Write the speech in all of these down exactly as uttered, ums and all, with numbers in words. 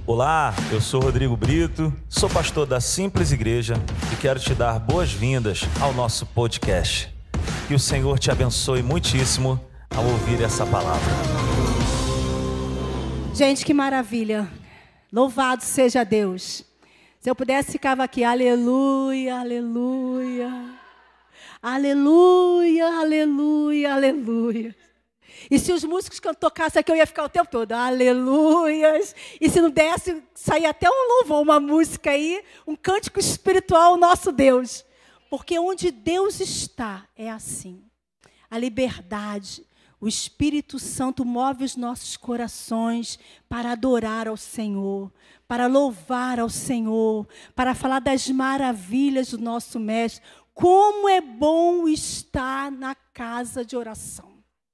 Olá, eu sou Rodrigo Brito, sou pastor da Simples Igreja e quero te dar boas-vindas ao nosso podcast. Que o Senhor te abençoe muitíssimo ao ouvir essa palavra. Gente, que maravilha! Louvado seja Deus! Se eu pudesse, ficava aqui, aleluia, aleluia, aleluia, aleluia, aleluia. E se os músicos que eu tocassem aqui, eu ia ficar o tempo todo, aleluias. E se não desse, sair até um louvor, uma música aí, um cântico espiritual ao nosso Deus. Porque onde Deus está, é assim. A liberdade, o Espírito Santo move os nossos corações para adorar ao Senhor, para louvar ao Senhor, para falar das maravilhas do nosso Mestre. Como é bom estar na casa de oração.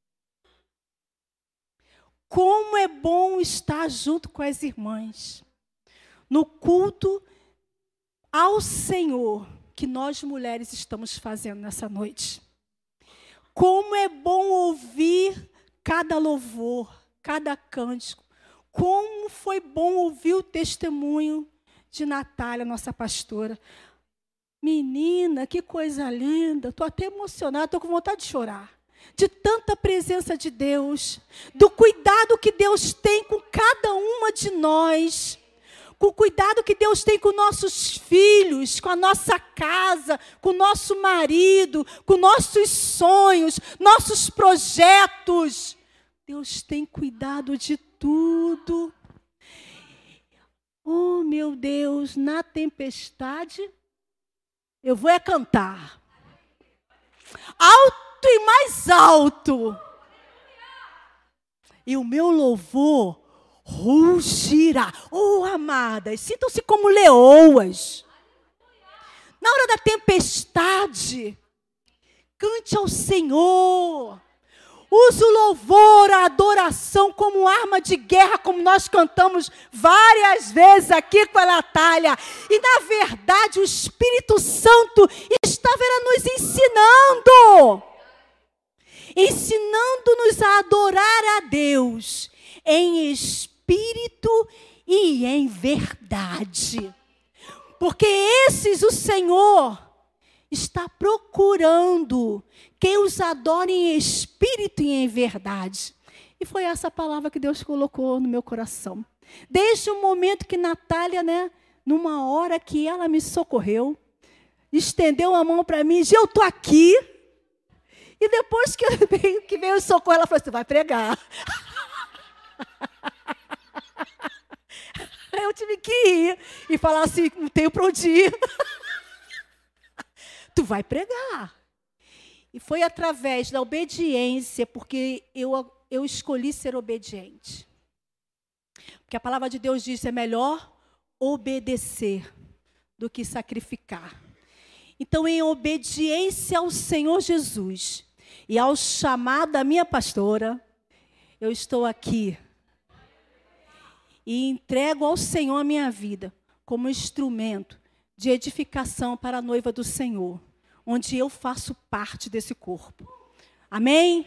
Como é bom estar junto com as irmãs, no culto ao Senhor que nós mulheres estamos fazendo nessa noite. Como é bom ouvir cada louvor, cada cântico. Como foi bom ouvir o testemunho de Natália, nossa pastora. Menina, que coisa linda, estou até emocionada, estou com vontade de chorar. De tanta presença de Deus, do cuidado que Deus tem com cada uma de nós, com o cuidado que Deus tem com nossos filhos, com a nossa casa, com o nosso marido, com nossos sonhos, nossos projetos. Deus tem cuidado de tudo. Oh, meu Deus, na tempestade, eu vou é cantar. Alto e mais alto. E o meu louvor rugirá. Oh, amadas, sintam-se como leoas. Na hora da tempestade, cante ao Senhor. Use o louvor, a adoração como arma de guerra, como nós cantamos várias vezes aqui com a Natália. E, na verdade, o Espírito Santo estava nos ensinando. Ensinando-nos a adorar a Deus em espírito e em verdade. Porque esses o Senhor está procurando quem os adore em espírito e em verdade. E foi essa palavra que Deus colocou no meu coração. Desde o momento que Natália, né, numa hora que ela me socorreu, estendeu a mão para mim e disse, eu estou aqui. E depois que veio, que veio o socorro, ela falou assim, vai pregar. Eu tive que ir e falar assim, não tenho para onde ir. Tu vai pregar. E foi através da obediência, porque eu, eu escolhi ser obediente. Porque a palavra de Deus diz, é melhor obedecer do que sacrificar. Então, em obediência ao Senhor Jesus e ao chamado da minha pastora, eu estou aqui e entrego ao Senhor a minha vida como instrumento de edificação para a noiva do Senhor, onde eu faço parte desse corpo. Amém?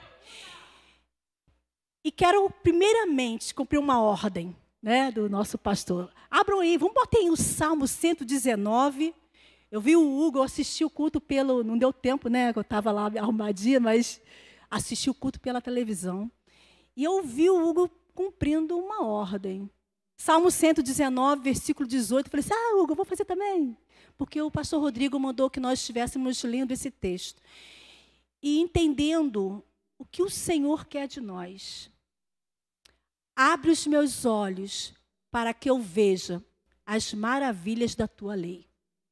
E quero, primeiramente, cumprir uma ordem, né, do nosso pastor. Abram aí, vamos botar aí o Salmo cento e dezenove. Eu vi o Hugo, eu assisti o culto pelo... Não deu tempo, né? Eu estava lá arrumadinha, mas assisti o culto pela televisão. E eu vi o Hugo cumprindo uma ordem. Salmo cento e dezenove, versículo dezoito. Eu falei assim, ah, Hugo, eu vou fazer também. Porque o pastor Rodrigo mandou que nós estivéssemos lendo esse texto. E entendendo o que o Senhor quer de nós. Abre os meus olhos para que eu veja as maravilhas da tua lei.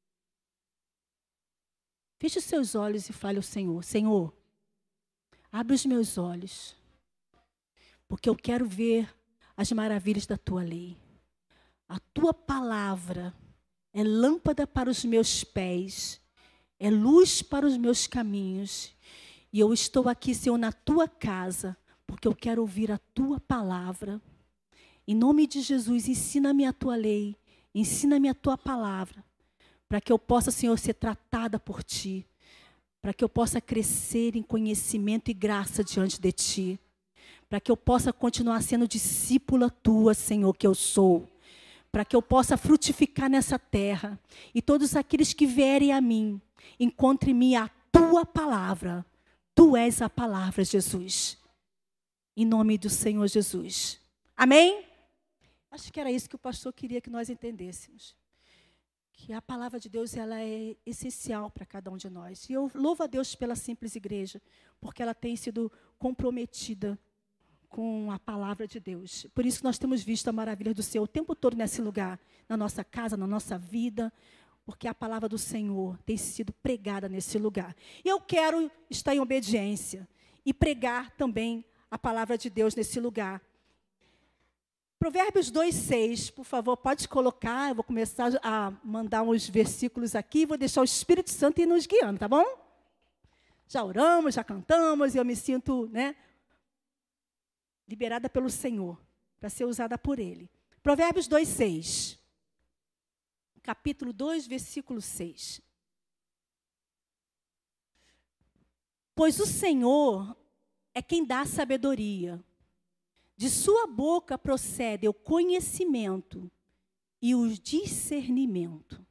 Feche os seus olhos e fale ao Senhor. Senhor, abre os meus olhos, porque eu quero ver as maravilhas da tua lei. A tua palavra é lâmpada para os meus pés, é luz para os meus caminhos. E eu estou aqui, Senhor, na tua casa, porque eu quero ouvir a tua palavra. Em nome de Jesus, ensina-me a tua lei, ensina-me a tua palavra. Para que eu possa, Senhor, ser tratada por Ti. Para que eu possa crescer em conhecimento e graça diante de Ti. Para que eu possa continuar sendo discípula Tua, Senhor, que eu sou. para que eu possa frutificar nessa terra. E todos aqueles que vierem a mim, encontrem em mim a tua palavra. Tu és a palavra, Jesus. Em nome do Senhor Jesus. Amém? Acho que era isso que o pastor queria que nós entendêssemos. Que a palavra de Deus, ela é essencial para cada um de nós. E eu louvo a Deus pela Simples Igreja, porque ela tem sido comprometida com a palavra de Deus. Por isso que nós temos visto a maravilha do Senhor o tempo todo nesse lugar, na nossa casa, na nossa vida, porque a palavra do Senhor tem sido pregada nesse lugar. E eu quero estar em obediência e pregar também a palavra de Deus nesse lugar. Provérbios dois, seis, por favor, pode colocar. Eu vou começar a mandar uns versículos aqui, vou deixar o Espírito Santo ir nos guiando, tá bom? Já oramos, já cantamos, e eu me sinto, né, liberada pelo Senhor, para ser usada por Ele. Provérbios dois, seis. Capítulo dois, versículo seis. Pois o Senhor é quem dá sabedoria. De sua boca procede o conhecimento e o discernimento.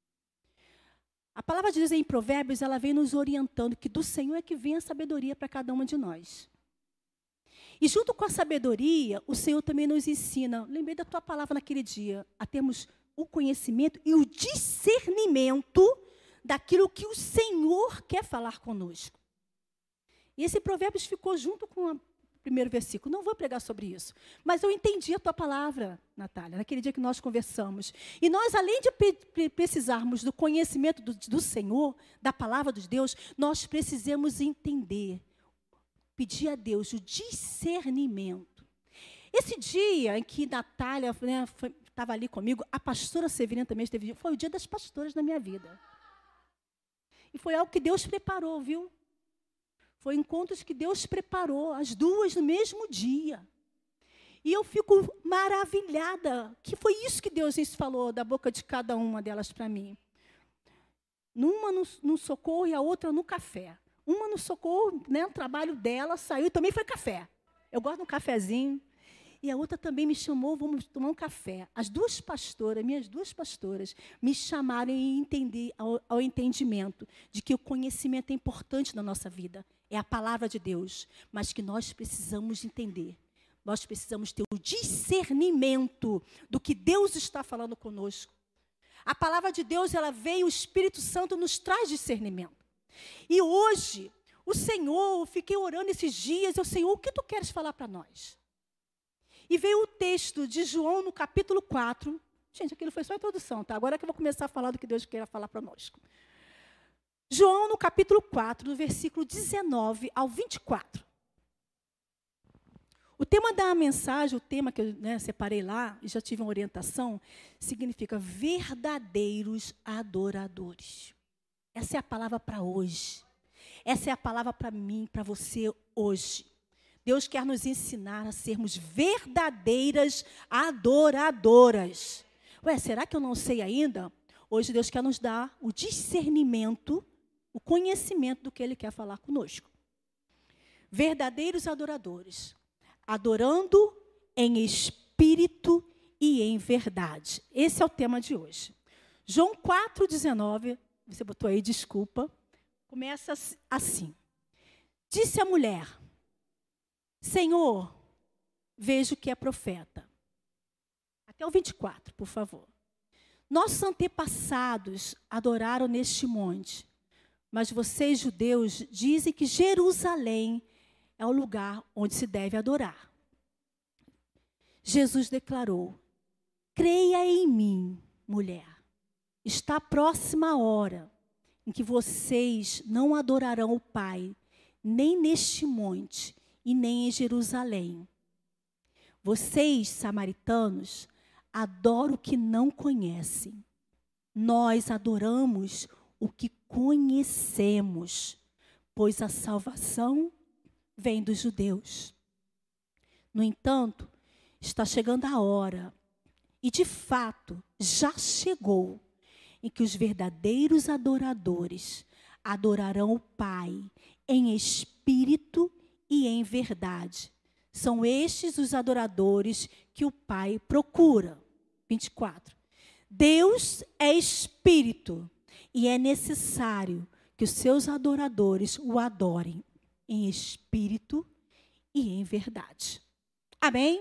A palavra de Deus em Provérbios, ela vem nos orientando que do Senhor é que vem a sabedoria para cada uma de nós. E junto com a sabedoria, o Senhor também nos ensina, lembrei da tua palavra naquele dia, a termos o conhecimento e o discernimento daquilo que o Senhor quer falar conosco. E esse Provérbios ficou junto com o primeiro versículo. Não vou pregar sobre isso, mas eu entendi a tua palavra, Natália, naquele dia que nós conversamos. E nós, além de pre precisarmos do conhecimento do, do Senhor, da palavra de Deus, nós precisamos entender, pedir a Deus o discernimento. Esse dia em que Natália, né, estava ali comigo, a pastora Severina também esteve, foi o dia das pastoras na minha vida. E foi algo que Deus preparou, viu? Foi encontros que Deus preparou, as duas no mesmo dia. E eu fico maravilhada, que foi isso que Deus falou da boca de cada uma delas para mim. Numa no, no socorro e a outra no café. Uma no socorro, né, o trabalho dela saiu e também foi café. Eu gosto de um cafezinho. E a outra também me chamou, vamos tomar um café. As duas pastoras, minhas duas pastoras, me chamaram e entender, ao, ao entendimento de que o conhecimento é importante na nossa vida. É a palavra de Deus, mas que nós precisamos entender. Nós precisamos ter o discernimento do que Deus está falando conosco. A palavra de Deus, ela veio, o Espírito Santo nos traz discernimento. E hoje, o Senhor, eu fiquei orando esses dias, eu, Senhor, o que tu queres falar para nós? E veio o texto de João no capítulo quatro. Gente, aquilo foi só a introdução, tá? Agora é que eu vou começar a falar do que Deus queira falar para nós. João no capítulo quatro, do versículo dezenove ao vinte e quatro. O tema da mensagem, o tema que eu, né, separei lá, e já tive uma orientação, significa verdadeiros adoradores. Essa é a palavra para hoje. Essa é a palavra para mim, para você hoje. Deus quer nos ensinar a sermos verdadeiras adoradoras. Ué, será que eu não sei ainda? Hoje Deus quer nos dar o discernimento, o conhecimento do que Ele quer falar conosco. Verdadeiros adoradores, adorando em espírito e em verdade. Esse é o tema de hoje. João quatro, dezenove, você botou aí, desculpa, começa assim. Disse a mulher: Senhor, vejo que é profeta. Até o vinte e quatro, por favor. Nossos antepassados adoraram neste monte, mas vocês, judeus, dizem que Jerusalém é o lugar onde se deve adorar. Jesus declarou: creia em mim, mulher. Está próxima a hora em que vocês não adorarão o Pai, nem neste monte, e nem em Jerusalém. Vocês, samaritanos, adoram o que não conhecem. Nós adoramos o que conhecemos, pois a salvação vem dos judeus. No entanto, está chegando a hora, e de fato já chegou, em que os verdadeiros adoradores adorarão o Pai em espírito e em verdade. São estes os adoradores que o Pai procura. vinte e quatro. Deus é espírito e é necessário que os seus adoradores o adorem em espírito e em verdade. Amém?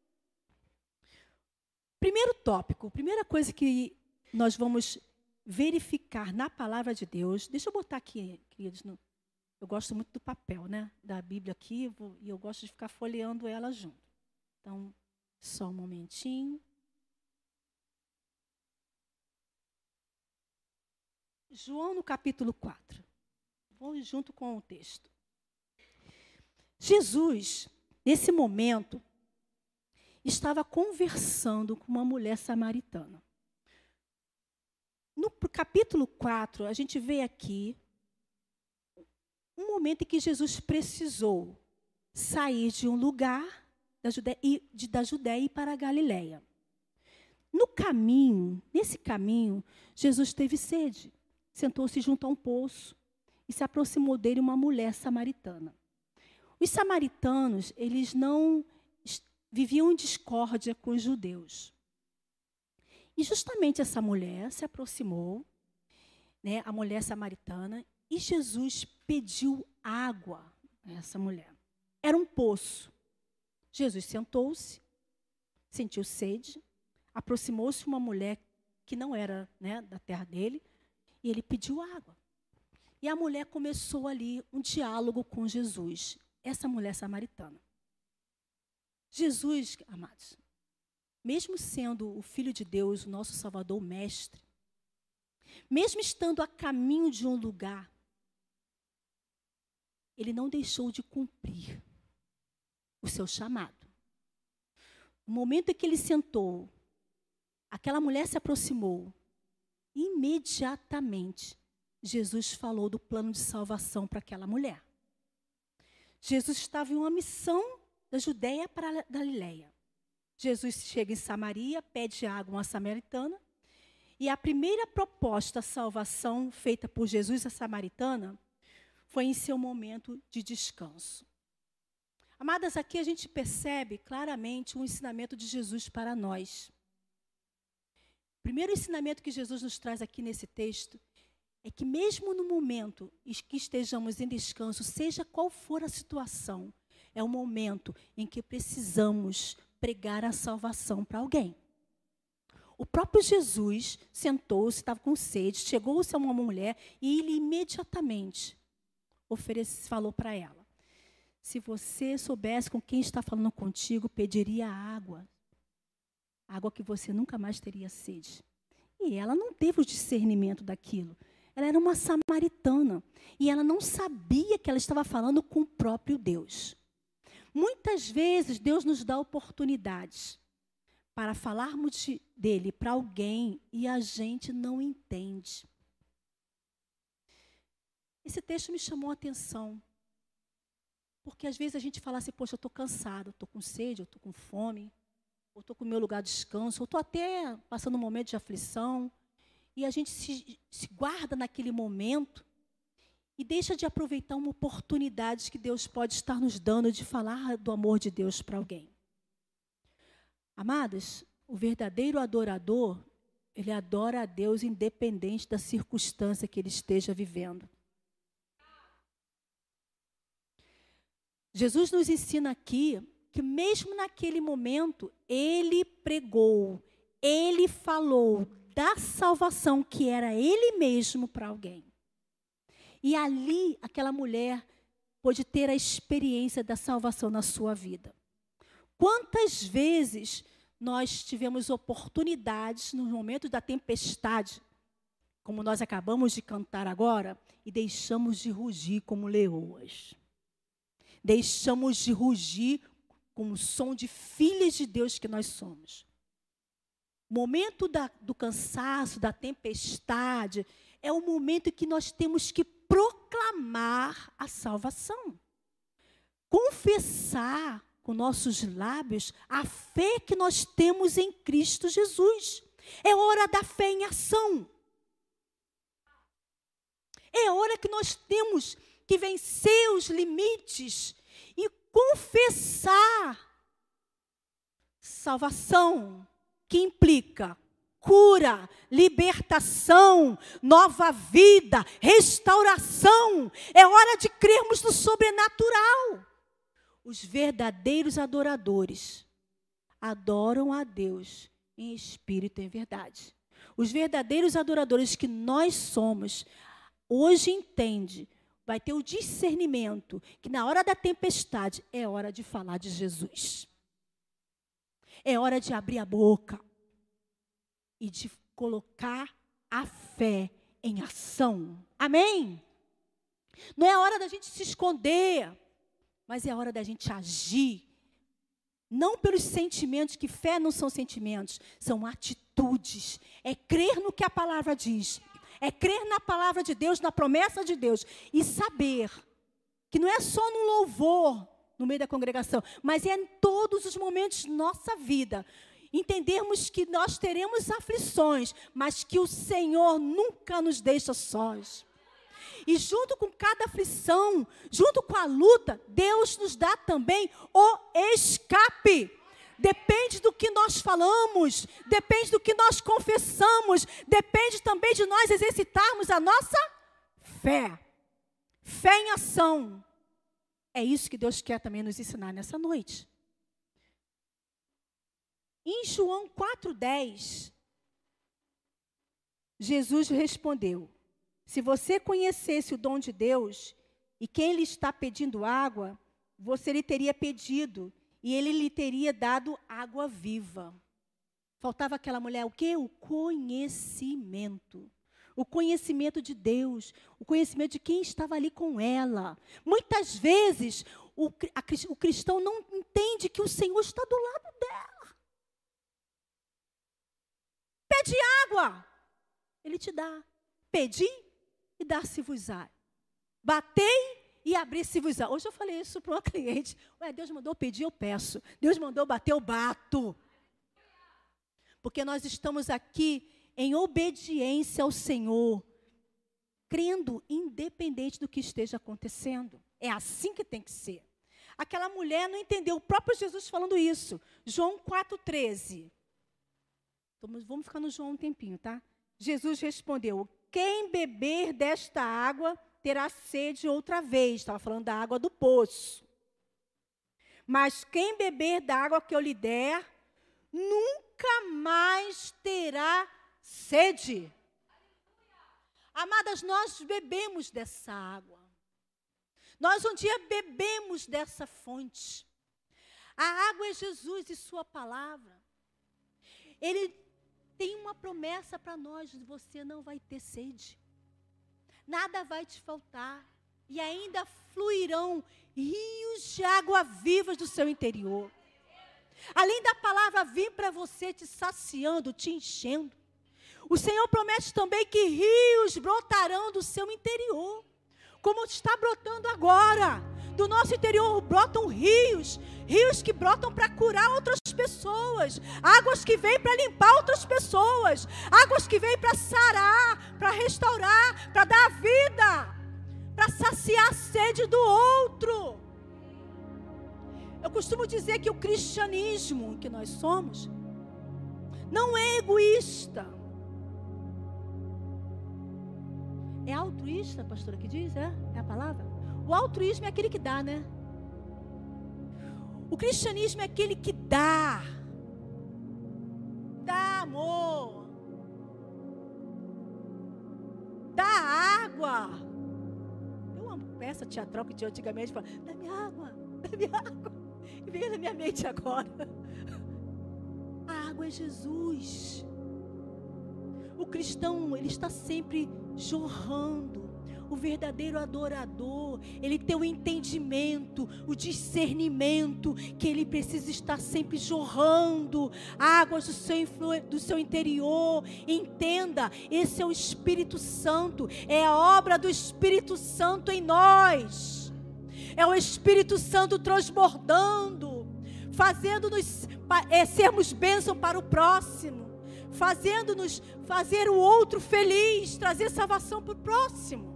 Primeiro tópico, primeira coisa que nós vamos verificar na palavra de Deus. Deixa eu botar aqui, queridos, no, eu gosto muito do papel, né? Da Bíblia aqui, vou, e eu gosto de ficar folheando ela junto. Então, só um momentinho. João no capítulo quatro. Vou junto com o texto. Jesus, nesse momento, estava conversando com uma mulher samaritana. No capítulo quatro, a gente vê aqui um momento em que Jesus precisou sair de um lugar da Judéia, de, da Judéia e para a Galiléia. No caminho, nesse caminho, Jesus teve sede. Sentou-se junto a um poço e se aproximou dele uma mulher samaritana. Os samaritanos, eles não viviam em discórdia com os judeus. E justamente essa mulher se aproximou, né, a mulher samaritana, e Jesus pediu água a essa mulher. Era um poço. Jesus sentou-se, sentiu sede, aproximou-se uma mulher que não era, né, da terra dele, e ele pediu água. E a mulher começou ali um diálogo com Jesus, essa mulher samaritana. Jesus, amados, mesmo sendo o Filho de Deus, o nosso Salvador, o Mestre, mesmo estando a caminho de um lugar, ele não deixou de cumprir o seu chamado. No momento em que ele sentou, aquela mulher se aproximou, imediatamente, Jesus falou do plano de salvação para aquela mulher. Jesus estava em uma missão da Judéia para a Galiléia. Jesus chega em Samaria, pede água a uma samaritana, e a primeira proposta de salvação feita por Jesus à samaritana foi em seu momento de descanso. Amadas, aqui a gente percebe claramente um ensinamento de Jesus para nós. O primeiro ensinamento que Jesus nos traz aqui nesse texto é que mesmo no momento em que estejamos em descanso, seja qual for a situação, é o momento em que precisamos pregar a salvação para alguém. O próprio Jesus sentou-se, estava com sede, chegou-se a uma mulher e ele imediatamente oferece, falou para ela: se você soubesse com quem está falando contigo, pediria água. Água que você nunca mais teria sede. E ela não teve o discernimento daquilo. Ela era uma samaritana. E ela não sabia que ela estava falando com o próprio Deus. Muitas vezes Deus nos dá oportunidades para falarmos de, dele para alguém e a gente não entende. Esse texto me chamou a atenção. Porque às vezes a gente fala assim: poxa, eu estou cansado, eu estou com sede, eu estou com fome, eu estou com o meu lugar de descanso, eu estou até passando um momento de aflição. E a gente se, se guarda naquele momento e deixa de aproveitar uma oportunidade que Deus pode estar nos dando de falar do amor de Deus para alguém. Amados, o verdadeiro adorador, ele adora a Deus independente da circunstância que ele esteja vivendo. Jesus nos ensina aqui que mesmo naquele momento, ele pregou, ele falou da salvação que era ele mesmo para alguém. E ali, aquela mulher pôde ter a experiência da salvação na sua vida. Quantas vezes nós tivemos oportunidades nos momentos da tempestade, como nós acabamos de cantar agora, e deixamos de rugir como leoas. Deixamos de rugir com o som de filhas de Deus que nós somos. O momento da, do cansaço, da tempestade, é o momento em que nós temos que proclamar a salvação. Confessar com nossos lábios a fé que nós temos em Cristo Jesus. É hora da fé em ação. É hora que nós temos que vencer os limites e confessar salvação, que implica cura, libertação, nova vida, restauração. É hora de crermos no sobrenatural. Os verdadeiros adoradores adoram a Deus em espírito e em verdade. Os verdadeiros adoradores que nós somos, hoje entende, vai ter o discernimento que na hora da tempestade é hora de falar de Jesus. É hora de abrir a boca e de colocar a fé em ação. Amém? Não é hora da gente se esconder, mas é hora da gente agir. Não pelos sentimentos, que fé não são sentimentos, são atitudes. É crer no que a palavra diz. É crer na palavra de Deus, na promessa de Deus. E saber que não é só no louvor, no meio da congregação, mas é em todos os momentos de nossa vida. Entendermos que nós teremos aflições, mas que o Senhor nunca nos deixa sós. E junto com cada aflição, junto com a luta, Deus nos dá também o escape. Depende do que nós falamos, depende do que nós confessamos, depende também de nós exercitarmos a nossa fé. Fé em ação. É isso que Deus quer também nos ensinar nessa noite. Em João quatro, dez, Jesus respondeu: se você conhecesse o dom de Deus e quem lhe está pedindo água, você lhe teria pedido e ele lhe teria dado água viva. Faltava aquela mulher, o quê? O conhecimento. O conhecimento de Deus, o conhecimento de quem estava ali com ela. Muitas vezes, o, a, o cristão não entende que o Senhor está do lado dela. Pede água, Ele te dá. Pedi e dar-se-vos-á. Batei e abrir-se-vos-á. Hoje eu falei isso para uma cliente. Ué, Deus mandou pedir, eu peço. Deus mandou bater, eu bato. Porque nós estamos aqui em obediência ao Senhor, crendo independente do que esteja acontecendo. É assim que tem que ser. Aquela mulher não entendeu, o próprio Jesus falando isso. João quatro, treze. Vamos ficar no João um tempinho, tá? Jesus respondeu: quem beber desta água terá sede outra vez. Estava falando da água do poço. Mas quem beber da água que eu lhe der, nunca mais terá sede. Amadas, nós bebemos dessa água. Nós um dia bebemos dessa fonte. A água é Jesus e sua palavra. Ele tem uma promessa para nós: você não vai ter sede. Nada vai te faltar. E ainda fluirão rios de água vivas do seu interior. Além da palavra vir para você te saciando, te enchendo, o Senhor promete também que rios brotarão do seu interior, como está brotando agora. Do nosso interior brotam rios, rios que brotam para curar outras pessoas, águas que vêm para limpar outras pessoas, águas que vêm para sarar, para restaurar, para dar vida, para saciar a sede do outro. Eu costumo dizer que o cristianismo que nós somos não é egoísta. É altruísta, pastora, que diz? É? É a palavra? O altruísmo é aquele que dá, né? O cristianismo é aquele que dá. Dá amor. Dá água. Eu amo peça teatral que tinha antigamente, fala, dá-me água, dá-me água. E veio na minha mente agora. A água é Jesus. O cristão, ele está sempre jorrando. O verdadeiro adorador, ele tem o entendimento, o discernimento, que ele precisa estar sempre jorrando águas do seu, influ, do seu interior. Entenda, esse é o Espírito Santo, é a obra do Espírito Santo em nós. É o Espírito Santo transbordando, fazendo-nos é, sermos bênção para o próximo, fazendo-nos fazer o outro feliz, trazer salvação para o próximo.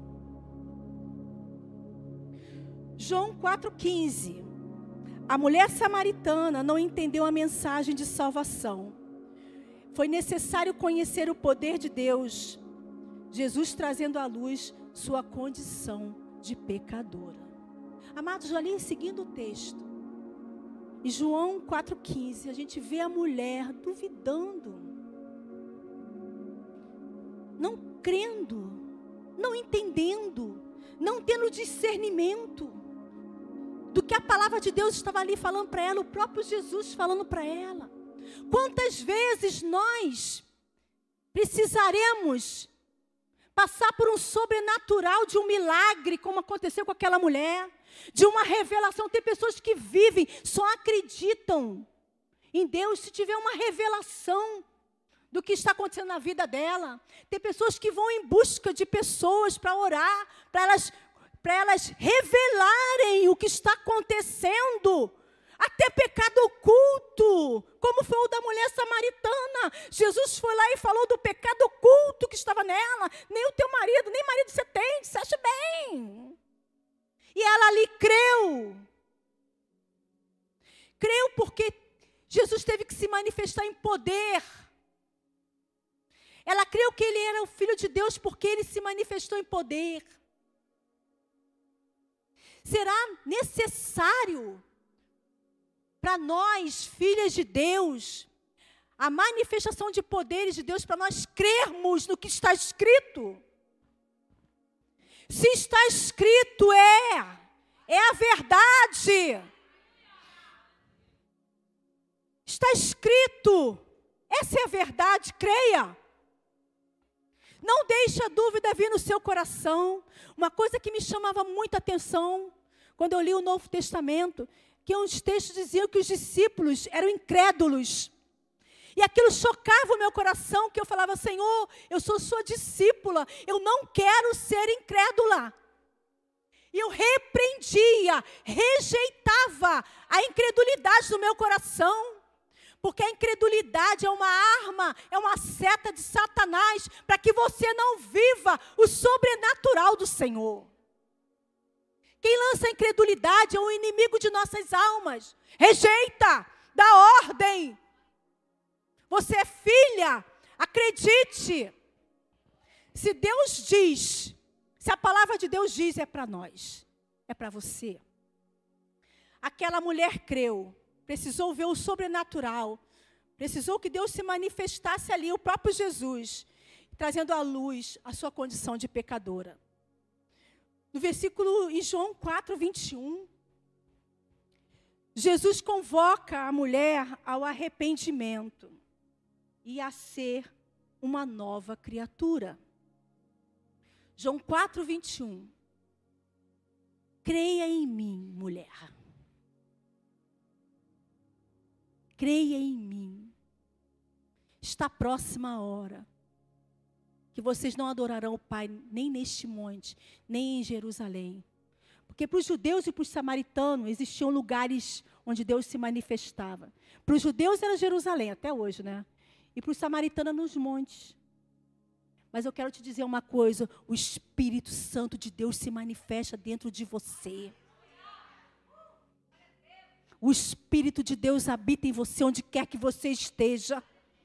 João quatro, quinze. A mulher samaritana não entendeu a mensagem de salvação. foi necessário conhecer o poder de Deus, Jesus trazendo à luz sua condição de pecadora. Amados, ali seguindo o texto, em João quatro quinze, a gente vê a mulher duvidando, não crendo, não entendendo, não tendo discernimento do que a palavra de Deus estava ali falando para ela, o próprio Jesus falando para ela. Quantas vezes nós precisaremos passar por um sobrenatural de um milagre, como aconteceu com aquela mulher, de uma revelação? Tem pessoas que vivem, só acreditam em Deus se tiver uma revelação do que está acontecendo na vida dela. Tem pessoas que vão em busca de pessoas para orar, para elas, para elas revelarem o que está acontecendo. Até pecado oculto, como foi o da mulher samaritana. Jesus foi lá e falou do pecado oculto que estava nela. Nem o teu marido, nem marido você tem, você acha bem. E ela ali creu. Creu porque Jesus teve que se manifestar em poder. Ela creu que ele era o Filho de Deus porque ele se manifestou em poder. Será necessário para nós, filhas de Deus, a manifestação de poderes de Deus, para nós crermos no que está escrito? Se está escrito, é, é a verdade. Está escrito, essa é a verdade, creia. Não deixe a dúvida vir no seu coração. Uma coisa que me chamava muita atenção, quando eu li o Novo Testamento, que uns textos diziam que os discípulos eram incrédulos. E aquilo chocava o meu coração, que eu falava: Senhor, eu sou sua discípula, eu não quero ser incrédula. E eu repreendia, rejeitava a incredulidade do meu coração. Porque a incredulidade é uma arma, é uma seta de Satanás, para que você não viva o sobrenatural do Senhor. Quem lança a incredulidade é o inimigo de nossas almas. Rejeita, dá ordem. Você é filha, acredite. Se Deus diz, se a palavra de Deus diz, é para nós, é para você. Aquela mulher creu, precisou ver o sobrenatural, precisou que Deus se manifestasse ali, o próprio Jesus, trazendo à luz a sua condição de pecadora. No versículo, em João quatro, vinte e um, Jesus convoca a mulher ao arrependimento e a ser uma nova criatura. João quatro, vinte e um. Creia em mim, mulher. Creia em mim. Está próxima a hora que vocês não adorarão o Pai nem neste monte, nem em Jerusalém. Porque para os judeus e para os samaritanos existiam lugares onde Deus se manifestava. Para os judeus era Jerusalém, até hoje, né? E para os samaritanos nos montes. Mas eu quero te dizer uma coisa: o Espírito Santo de Deus se manifesta dentro de você. O Espírito de Deus habita em você onde quer que você esteja.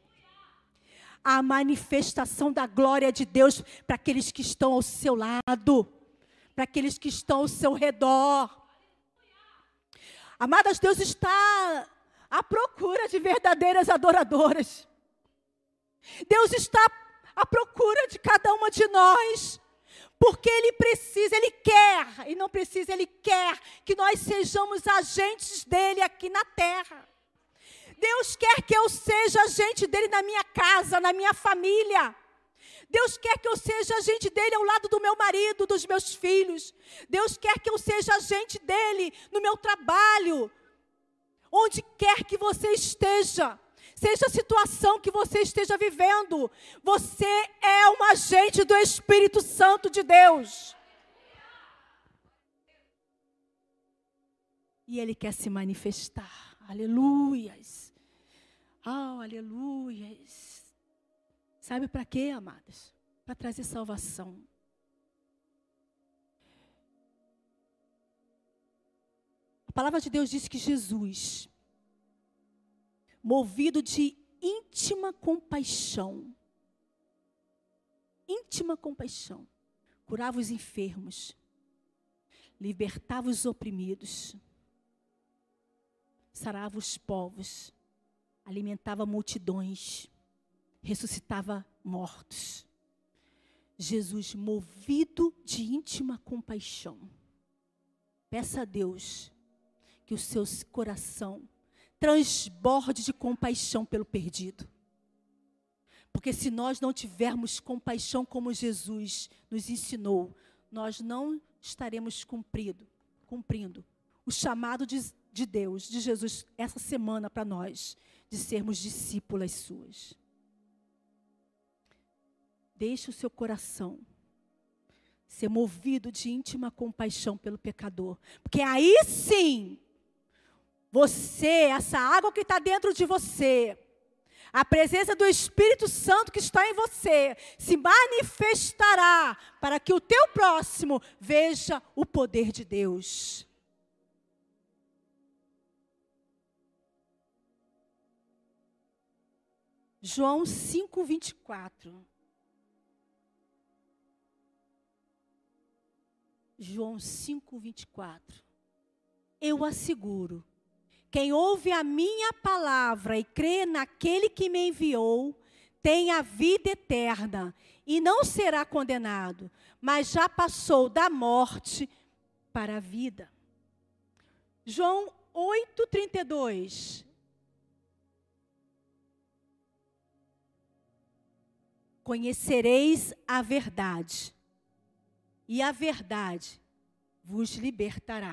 A manifestação da glória de Deus para aqueles que estão ao seu lado, para aqueles que estão ao seu redor. Amadas, Deus está à procura de verdadeiras adoradoras. Deus está à procura de cada uma de nós, porque Ele precisa, Ele quer, e não precisa, Ele quer que nós sejamos agentes dEle aqui na terra. Deus quer que eu seja agente dEle na minha casa, na minha família. Deus quer que eu seja agente dEle ao lado do meu marido, dos meus filhos. Deus quer que eu seja agente dEle no meu trabalho. Onde quer que você esteja, seja a situação que você esteja vivendo, você é um agente do Espírito Santo de Deus. E Ele quer se manifestar. Aleluias. Oh, aleluias. Sabe para quê, amadas? Para trazer salvação. A palavra de Deus diz que Jesus, movido de íntima compaixão. Íntima compaixão. Curava os enfermos. Libertava os oprimidos. Sarava os povos. Alimentava multidões. Ressuscitava mortos. Jesus, movido de íntima compaixão. Peça a Deus que o seu coração transborde de compaixão pelo perdido. Porque se nós não tivermos compaixão como Jesus nos ensinou, nós não estaremos cumprido, cumprindo o chamado de, de Deus, de Jesus, essa semana para nós, de sermos discípulas suas. Deixe o seu coração ser movido de íntima compaixão pelo pecador. Porque aí sim, você, essa água que está dentro de você, a presença do Espírito Santo que está em você, se manifestará para que o teu próximo veja o poder de Deus. João cinco, vinte e quatro. João cinco, vinte e quatro. Eu asseguro, quem ouve a minha palavra e crê naquele que me enviou, tem a vida eterna e não será condenado, mas já passou da morte para a vida. João oito, trinta e dois. Conhecereis a verdade, e a verdade vos libertará.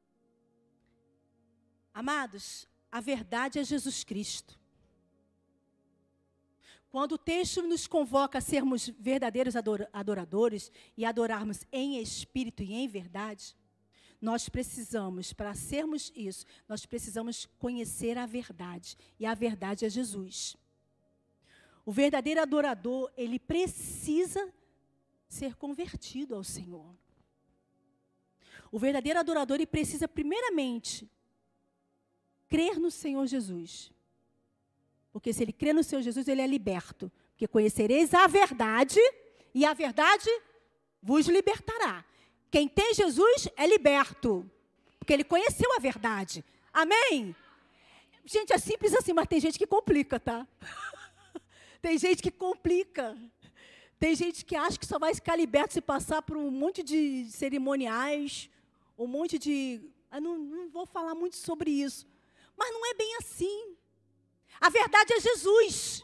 Amados, a verdade é Jesus Cristo. Quando o texto nos convoca a sermos verdadeiros adoradores e adorarmos em espírito e em verdade, nós precisamos, para sermos isso, nós precisamos conhecer a verdade. E a verdade é Jesus. O verdadeiro adorador, ele precisa ser convertido ao Senhor. O verdadeiro adorador, ele precisa primeiramente crer no Senhor Jesus. Porque se ele crê no Senhor Jesus, ele é liberto. Porque conhecereis a verdade, e a verdade vos libertará. Quem tem Jesus é liberto. Porque ele conheceu a verdade. Amém? Gente, é simples assim, mas tem gente que complica, tá? Tem gente que complica. Tem gente que acha que só vai ficar liberto se passar por um monte de cerimoniais, um monte de... Eu não, não vou falar muito sobre isso. Mas não é bem assim. A verdade é Jesus.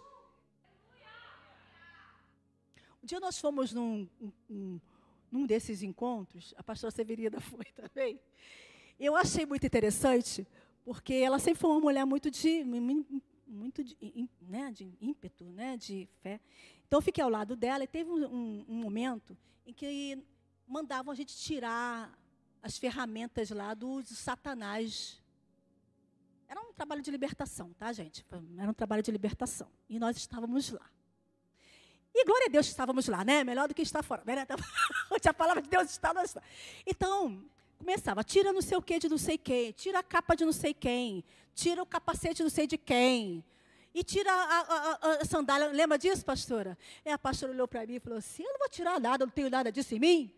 Um dia nós fomos num, um, num desses encontros, a pastora Severina foi também. Eu achei muito interessante, porque ela sempre foi uma mulher muito de, muito de, né, de ímpeto, né, de fé. Então, eu fiquei ao lado dela e teve um, um, um momento em que mandavam a gente tirar as ferramentas lá do, do Satanás. Era um trabalho de libertação, tá, gente? Era um trabalho de libertação. E nós estávamos lá. E glória a Deus que estávamos lá, né? Melhor do que estar fora. Onde a palavra de Deus está, nós está. Então, começava, tira não sei o que de não sei quem, tira a capa de não sei quem, tira o capacete de não sei de quem, e tira a, a, a sandália. Lembra disso, pastora? E a pastora olhou para mim e falou assim, eu não vou tirar nada, eu não tenho nada disso em mim.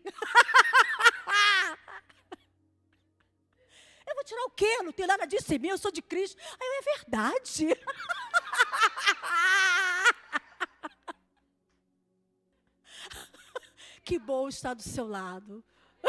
Eu vou tirar o quê? Eu não tenho nada disso em mim, eu sou de Cristo. Aí eu, é verdade. Que bom estar do seu lado.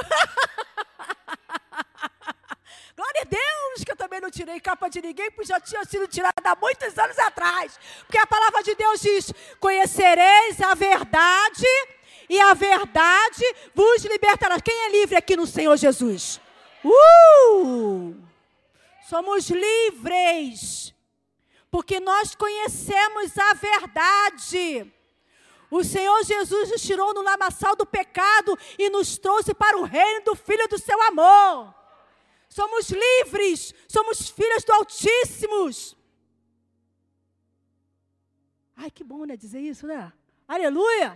Glória a Deus, que eu também não tirei capa de ninguém, porque já tinha sido tirada há muitos anos atrás. Porque a palavra de Deus diz, conhecereis a verdade, e a verdade vos libertará. Quem é livre aqui no Senhor Jesus? Uh! Somos livres, porque nós conhecemos a verdade. O Senhor Jesus nos tirou no lamaçal do pecado e nos trouxe para o reino do Filho do seu amor. Somos livres, somos filhos do Altíssimo. Ai, que bom, né, dizer isso, né? Aleluia!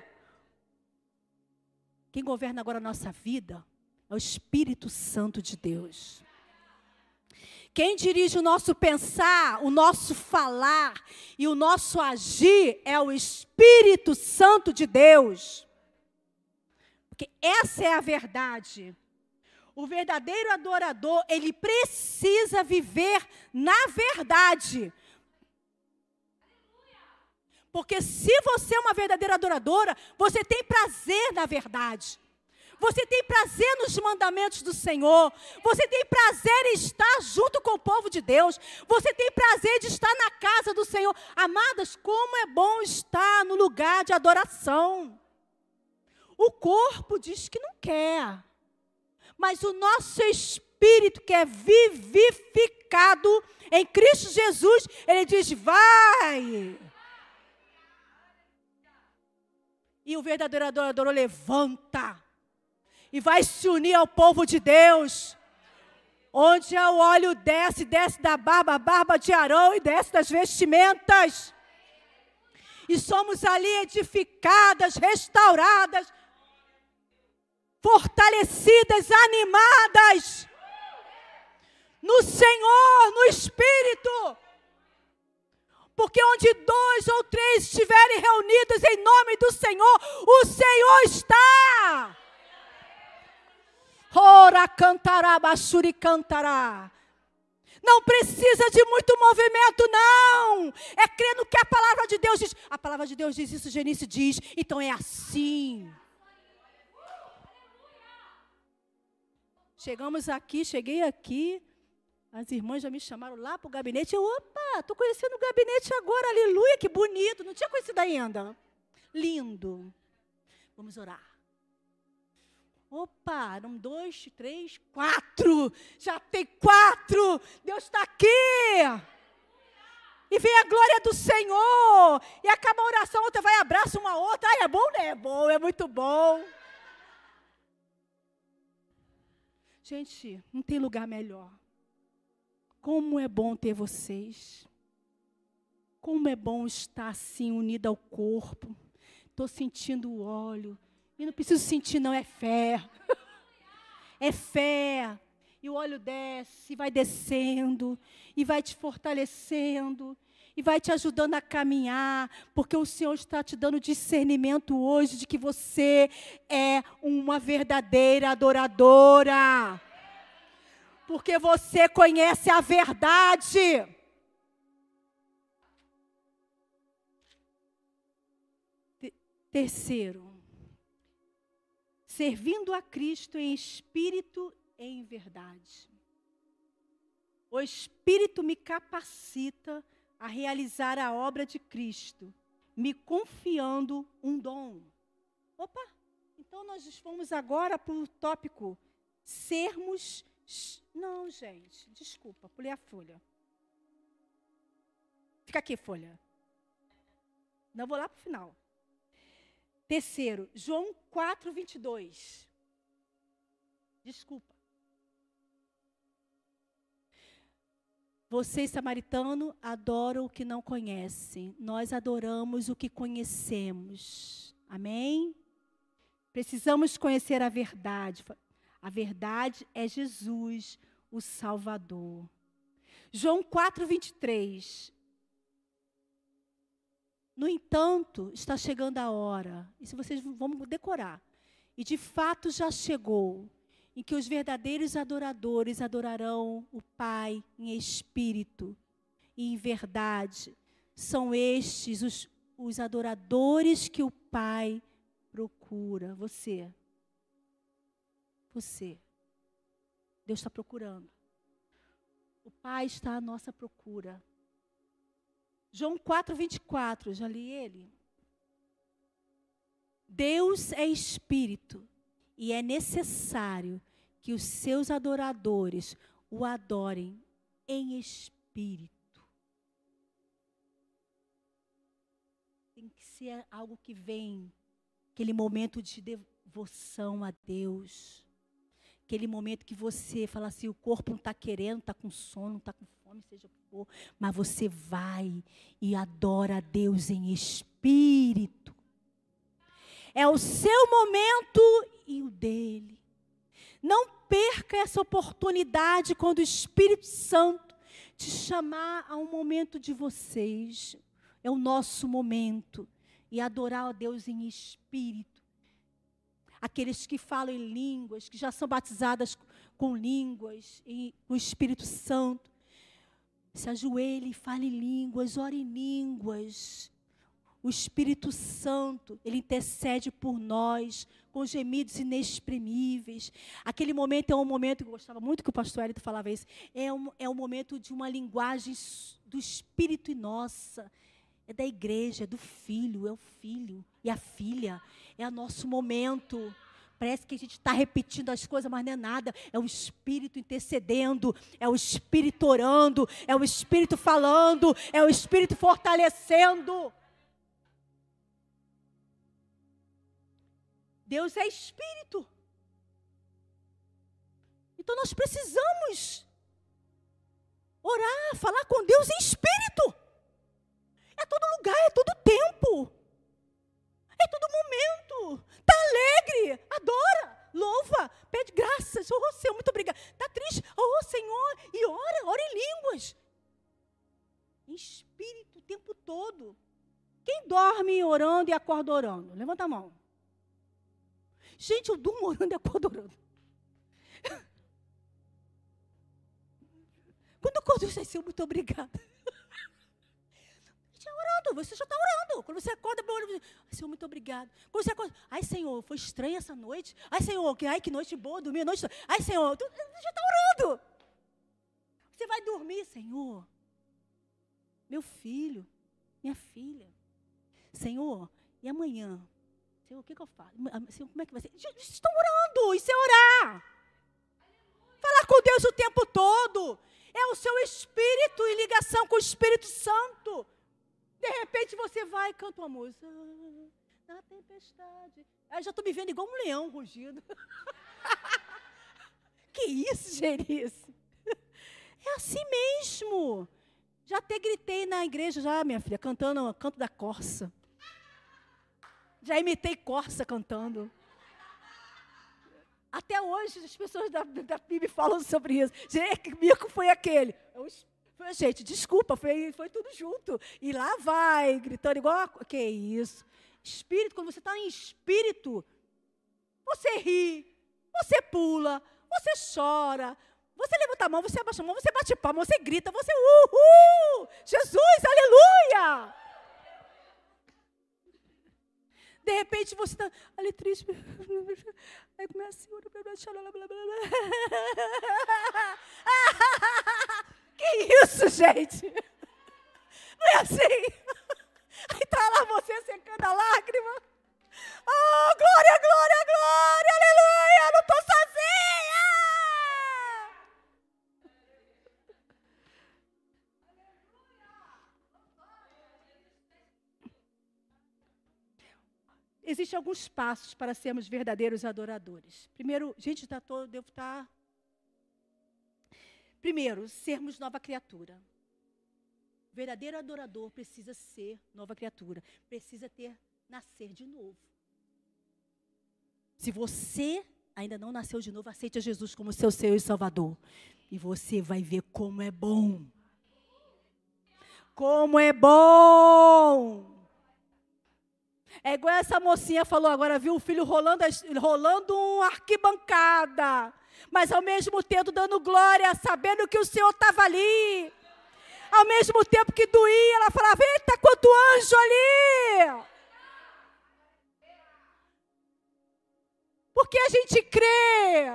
Quem governa agora a nossa vida é o Espírito Santo de Deus. Quem dirige o nosso pensar, o nosso falar e o nosso agir é o Espírito Santo de Deus. Porque essa é a verdade. O verdadeiro adorador, ele precisa viver na verdade. Porque se você é uma verdadeira adoradora, você tem prazer na verdade. Você tem prazer nos mandamentos do Senhor. Você tem prazer em estar junto com o povo de Deus. Você tem prazer de estar na casa do Senhor. Amadas, como é bom estar no lugar de adoração. O corpo diz que não quer. Mas o nosso espírito que é vivificado em Cristo Jesus, ele diz, vai. E o verdadeiro adorador levanta e vai se unir ao povo de Deus, onde o óleo desce, desce da barba, a barba de Arão e desce das vestimentas. E somos ali edificadas, restauradas, fortalecidas, animadas no Senhor, no Espírito. Porque onde dois ou três estiverem reunidos em nome do Senhor, o Senhor está. Ora cantará, bachuri cantará. Não precisa de muito movimento, não. É crendo que a palavra de Deus diz. A palavra de Deus diz isso, Genice diz. Então é assim. Chegamos aqui, cheguei aqui. As irmãs já me chamaram lá para o gabinete. Eu, opa, estou conhecendo o gabinete agora, aleluia, que bonito. Não tinha conhecido ainda. Lindo. Vamos orar. Opa, eram dois, três, quatro. Já tem quatro. Deus está aqui. E vem a glória do Senhor. E acaba a oração, outra vai abraça uma outra. Ai, é bom, né? É bom, é muito bom. Gente, não tem lugar melhor. Como é bom ter vocês. Como é bom estar assim, unida ao corpo. Estou sentindo o óleo. E não preciso sentir, não, é fé. É fé. E o óleo desce, vai descendo, e vai te fortalecendo, e vai te ajudando a caminhar, porque o Senhor está te dando discernimento hoje de que você é uma verdadeira adoradora. Porque você conhece a verdade. Terceiro, servindo a Cristo em espírito e em verdade. O Espírito me capacita a realizar a obra de Cristo, me confiando um dom. Opa, então nós fomos agora para o tópico, sermos... Não, gente, desculpa, pulei a folha. Fica aqui, folha. Não, vou lá para o final. Terceiro, João quatro, vinte e dois. Desculpa. Vocês, samaritano, adoram o que não conhecem. Nós adoramos o que conhecemos. Amém? Precisamos conhecer a verdade. A verdade é Jesus, o Salvador. João quatro, vinte e três. No entanto, está chegando a hora, isso vocês vão decorar, e de fato já chegou, em que os verdadeiros adoradores adorarão o Pai em espírito e em verdade. São estes os, os adoradores que o Pai procura. Você. Você. Deus está procurando. O Pai está à nossa procura. João quatro, vinte e quatro, já li ele. Deus é espírito e é necessário que os seus adoradores o adorem em espírito. Tem que ser algo que vem, aquele momento de devoção a Deus. Aquele momento que você fala assim, o corpo não está querendo, está com sono, não está com fome, seja o que for, mas você vai e adora a Deus em espírito. É o seu momento e o dele. Não perca essa oportunidade quando o Espírito Santo te chamar a um momento de vocês. É o nosso momento. E adorar a Deus em espírito. Aqueles que falam em línguas, que já são batizadas com línguas, e o Espírito Santo. Se ajoelhe e fale em línguas, ore em línguas. O Espírito Santo, Ele intercede por nós, com gemidos inexprimíveis. Aquele momento é um momento, eu gostava muito que o pastor Hélio falava isso, é um, é um momento de uma linguagem do Espírito e nossa. É da igreja, é do filho, é o filho e a filha. É o nosso momento. Parece que a gente está repetindo as coisas, mas não é nada. É o Espírito intercedendo, é o Espírito orando, é o Espírito falando, é o Espírito fortalecendo. Deus é Espírito. Então nós precisamos orar, falar com Deus em Espírito. É todo lugar, é todo tempo. É todo momento. Está alegre, adora, louva, pede graças. Oh, Senhor, muito obrigada. Está triste, oh, Senhor, e ora, ora em línguas. Em Espírito o tempo todo. Quem dorme orando e acorda orando? Levanta a mão. Gente, eu durmo orando e acordo orando. Quando eu acordo, eu sei, Senhor, muito obrigada. Você está orando, você já está orando. Quando você acorda, ai, Senhor, muito obrigado. Quando você acorda, ai, Senhor, foi estranha essa noite. Ai, Senhor, que, ai, que noite boa, dormi a noite. Ai, Senhor, tu, você já está orando. Você vai dormir, Senhor. Meu filho, minha filha. Senhor, e amanhã? Senhor, o que, que eu faço? Senhor, como é que vai ser? Vocês estão orando, isso é orar. Falar com Deus o tempo todo. É o seu espírito em ligação com o Espírito Santo. De repente você vai e canta uma música. Na tempestade. Eu já estou me vendo igual um leão rugindo. Que isso, Gerice? É assim mesmo. Já até gritei na igreja, já, minha filha, cantando o canto da corça. Já imitei corça cantando. Até hoje as pessoas da, da P I B falam sobre isso. Gente, que mico foi aquele? Eu, gente, desculpa, foi, foi tudo junto. E lá vai, gritando igual a... Que isso? Espírito, quando você está em espírito, você ri, você pula, você chora, você levanta a mão, você abaixa a mão, você bate palma, você grita, você uhul! Jesus, aleluia! De repente você está ali triste. Aí começa assim. Que isso, gente? Não é assim? Aí está lá você secando a lágrima. Oh, glória, glória, glória, aleluia, não estou sozinha. Existem alguns passos para sermos verdadeiros adoradores. Primeiro, gente, tá todo, devo estar... Primeiro, sermos nova criatura. O verdadeiro adorador precisa ser nova criatura. Precisa ter, nascer de novo. Se você ainda não nasceu de novo, aceite a Jesus como seu Senhor e Salvador. E você vai ver como é bom. Como é bom! É igual essa mocinha falou agora, viu o filho rolando, rolando uma arquibancada, mas ao mesmo tempo dando glória, sabendo que o Senhor estava ali. Ao mesmo tempo que doía, ela falava, eita, quanto anjo ali! Porque a gente crê.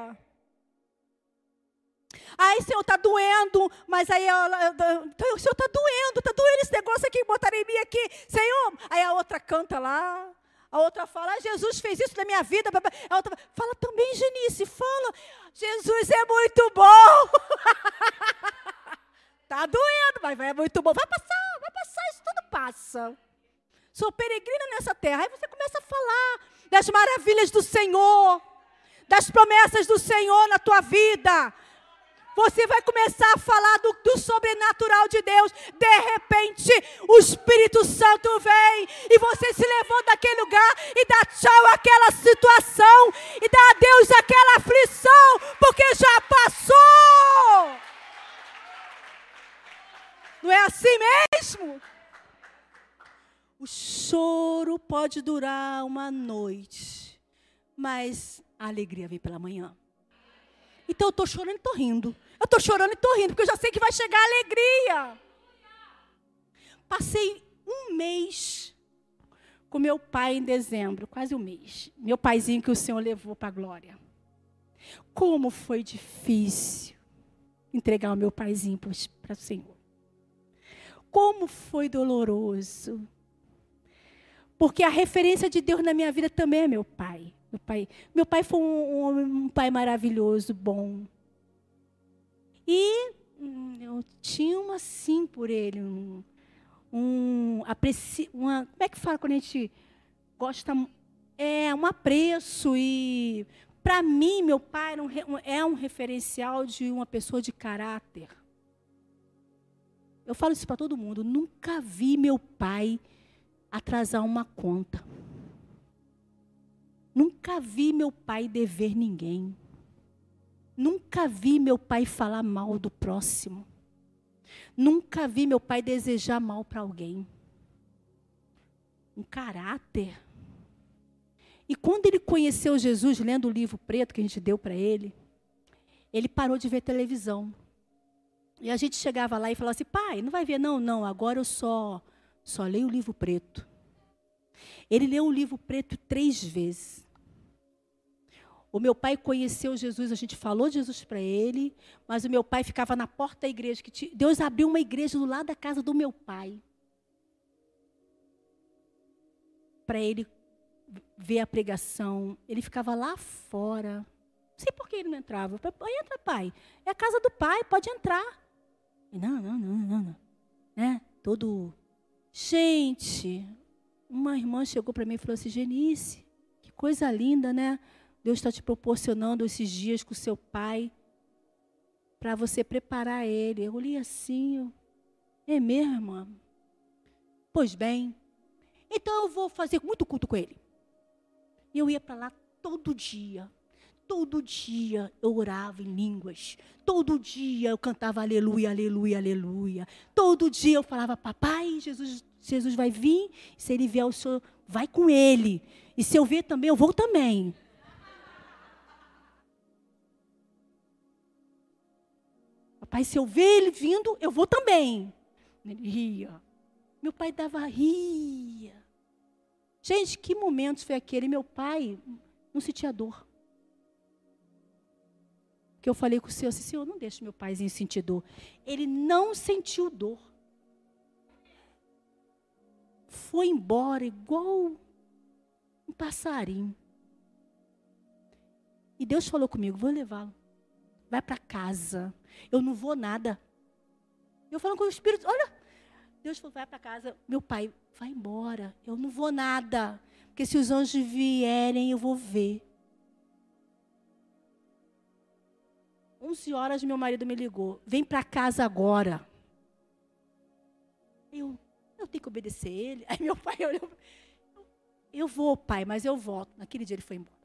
Aí, Senhor, está doendo, mas aí, ela, o Senhor está doendo, está doendo esse negócio aqui, botaram em mim aqui, Senhor. Aí a outra canta lá, a outra fala, ah, Jesus fez isso na minha vida. A outra fala também, Genice, fala, Jesus é muito bom. Está doendo, mas é muito bom. Vai passar, vai passar, isso tudo passa. Sou peregrina nessa terra. Aí você começa a falar das maravilhas do Senhor, das promessas do Senhor na tua vida. você vai começar a falar do, do sobrenatural de Deus. De repente, o Espírito Santo vem e você se levanta daquele lugar e dá tchau àquela situação e dá adeus àquela aflição, porque já passou. Não é assim mesmo? O choro pode durar uma noite, mas a alegria vem pela manhã. Então eu estou chorando e estou rindo. Eu estou chorando e estou rindo, porque eu já sei que vai chegar a alegria. Passei um mês com meu pai em dezembro, quase um mês. Meu paizinho que o Senhor levou para a glória. Como foi difícil entregar o meu paizinho para o Senhor. Como foi doloroso. Porque a referência de Deus na minha vida também é meu pai. Meu pai, meu pai foi um, um, um pai maravilhoso, bom. E hum, eu tinha uma sim por ele. Um, um, apreci, uma, como é que fala quando a gente gosta? É um apreço. E para mim, meu pai era um, é um referencial de uma pessoa de caráter. Eu falo isso para todo mundo. Nunca vi meu pai atrasar uma conta. Nunca vi meu pai dever ninguém. Nunca vi meu pai falar mal do próximo. Nunca vi meu pai desejar mal para alguém. Um caráter. E quando ele conheceu Jesus, lendo o livro preto que a gente deu para ele, ele parou de ver televisão. E a gente chegava lá e falava assim, pai, não vai ver não, não, agora eu só... Só leio o livro preto. Ele leu o livro preto três vezes. O meu pai conheceu Jesus, a gente falou de Jesus para ele, mas o meu pai ficava na porta da igreja. Que t... Deus abriu uma igreja do lado da casa do meu pai. Para ele ver a pregação. Ele ficava lá fora. Não sei por que ele não entrava. Eu falei, entra, pai. É a casa do pai, pode entrar. Não, não, não, não, não. Né? Todo... Gente, uma irmã chegou para mim e falou assim, Genice, que coisa linda, né? Deus está te proporcionando esses dias com o seu pai para você preparar ele. Eu olhei assim, eu, é mesmo, irmã? Pois bem, então eu vou fazer muito culto com ele. E eu ia para lá todo dia. Todo dia eu orava em línguas. Todo dia eu cantava aleluia, aleluia, aleluia. Todo dia eu falava, papai, Jesus, Jesus vai vir. Se ele vier, o Senhor vai com ele. E se eu ver também, eu vou também. Papai, se eu ver ele vindo, eu vou também. Ele ria. Meu pai dava ria. Gente, que momentos foi aquele? Meu pai não sentia dor. Que eu falei com o Senhor, assim, Senhor, não deixe meu paizinho sentir dor. Ele não sentiu dor. Foi embora igual um passarinho. E Deus falou comigo, vou levá-lo. Vai para casa. Eu não vou nada. Eu falando com o Espírito, olha, Deus falou, vai para casa. Meu pai, vai embora. Eu não vou nada. Porque se os anjos vierem, eu vou ver. onze horas, meu marido me ligou. Vem para casa agora. Eu, eu tenho que obedecer ele. Aí meu pai olhou. Eu vou, pai, mas eu volto. Naquele dia ele foi embora.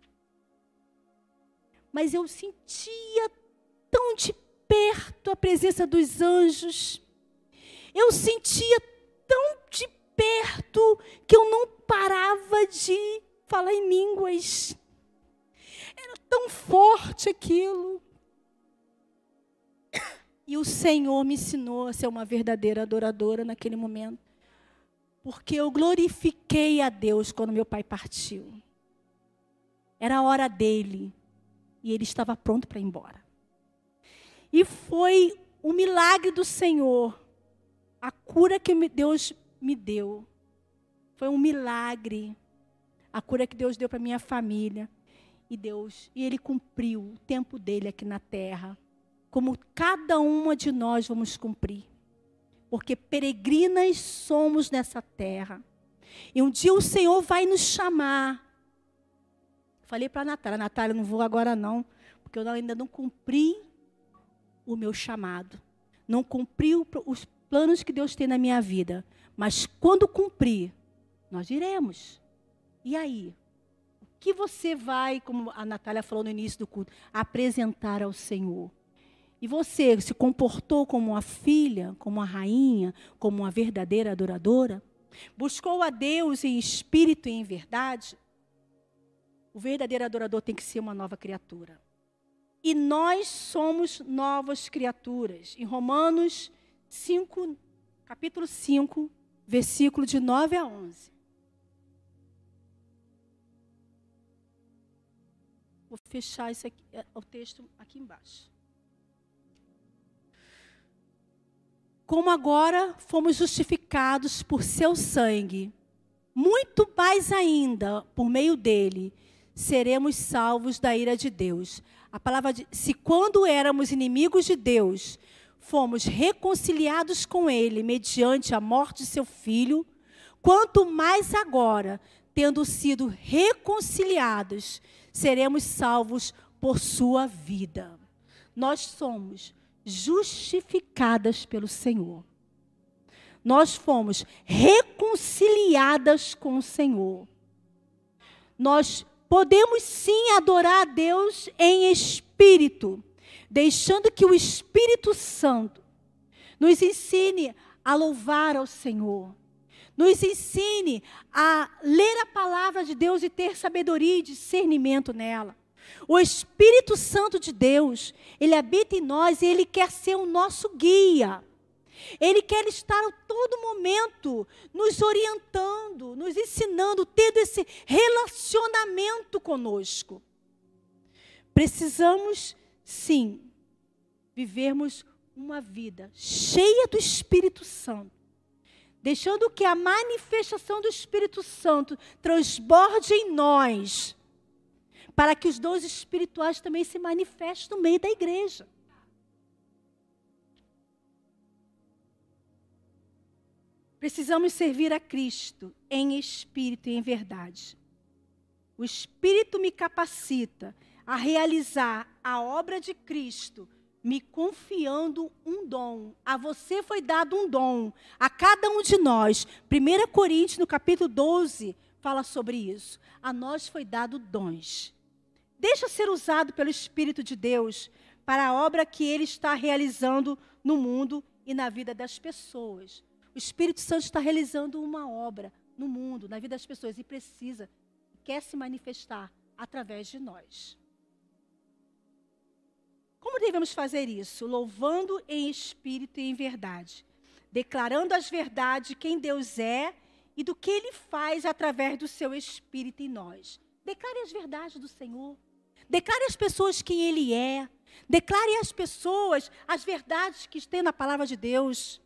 Mas eu sentia tão de perto a presença dos anjos. Eu sentia tão de perto que eu não parava de falar em línguas. Era tão forte aquilo. E o Senhor me ensinou a ser uma verdadeira adoradora naquele momento. Porque eu glorifiquei a Deus quando meu pai partiu. Era a hora dele. E ele estava pronto para ir embora. E foi um milagre do Senhor. A cura que Deus me deu. Foi um milagre. A cura que Deus deu para minha família. E Deus, e Ele cumpriu o tempo dele aqui na terra. Como cada uma de nós vamos cumprir. Porque peregrinas somos nessa terra. E um dia o Senhor vai nos chamar. Falei para a Natália, Natália, não vou agora não, porque eu ainda não cumpri o meu chamado, não cumpri os planos que Deus tem na minha vida, mas quando cumprir, nós iremos. E aí? O que você vai, como a Natália falou no início do culto, apresentar ao Senhor? E você se comportou como uma filha, como uma rainha, como uma verdadeira adoradora? Buscou a Deus em espírito e em verdade? O verdadeiro adorador tem que ser uma nova criatura. E nós somos novas criaturas. Em Romanos cinco, capítulo cinco, versículo de nove a onze. Vou fechar esse aqui, o texto aqui embaixo. Como agora fomos justificados por seu sangue, muito mais ainda, por meio dele, seremos salvos da ira de Deus. A palavra diz, se quando éramos inimigos de Deus, fomos reconciliados com ele mediante a morte de seu filho, quanto mais agora, tendo sido reconciliados, seremos salvos por sua vida. Nós somos justificadas pelo Senhor. Nós fomos reconciliadas com o Senhor. Nós podemos sim adorar a Deus em espírito, deixando que o Espírito Santo nos ensine a louvar ao Senhor, nos ensine a ler a palavra de Deus e ter sabedoria e discernimento nela. O Espírito Santo de Deus, ele habita em nós e ele quer ser o nosso guia. Ele quer estar a todo momento nos orientando, nos ensinando, tendo esse relacionamento conosco. Precisamos, sim, vivermos uma vida cheia do Espírito Santo, deixando que a manifestação do Espírito Santo transborde em nós, para que os dons espirituais também se manifestem no meio da igreja. Precisamos servir a Cristo em espírito e em verdade. O Espírito me capacita a realizar a obra de Cristo, me confiando um dom. A você foi dado um dom, a cada um de nós. primeira Coríntios, no capítulo doze, fala sobre isso. A nós foi dado dons. Deixa ser usado pelo Espírito de Deus para a obra que Ele está realizando no mundo e na vida das pessoas. O Espírito Santo está realizando uma obra no mundo, na vida das pessoas, e precisa, quer se manifestar através de nós. Como devemos fazer isso? Louvando em espírito e em verdade, declarando as verdades de quem Deus é e do que Ele faz através do seu Espírito em nós. Declare as verdades do Senhor. Declare às pessoas quem Ele é. Declare às pessoas as verdades que tem na palavra de Deus.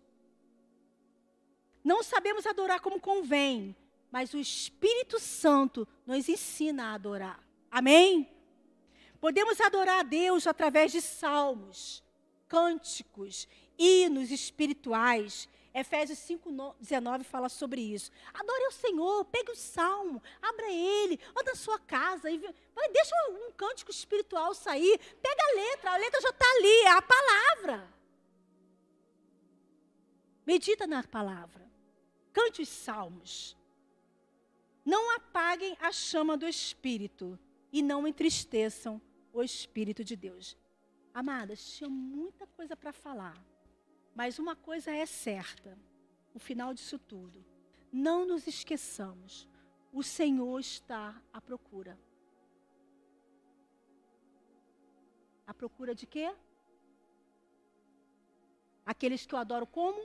Não sabemos adorar como convém, mas o Espírito Santo nos ensina a adorar. Amém? Podemos adorar a Deus através de salmos, cânticos, hinos espirituais. Efésios cinco, dezenove fala sobre isso. Adore ao Senhor, pegue o salmo, abra ele, anda na sua casa, e vai, deixa um cântico espiritual sair, pega a letra, a letra já está ali, é a palavra. Medita na palavra, cante os salmos. Não apaguem a chama do Espírito e não entristeçam o Espírito de Deus. Amadas, tinha muita coisa para falar. Mas uma coisa é certa, o final disso tudo. Não nos esqueçamos, o Senhor está à procura. À procura de quê? Aqueles que eu adoro como?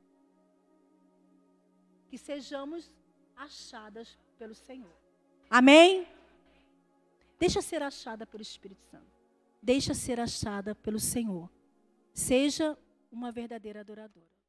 Que sejamos achadas pelo Senhor. Amém? Deixa ser achada pelo Espírito Santo. Deixa ser achada pelo Senhor. Seja uma verdadeira adoradora.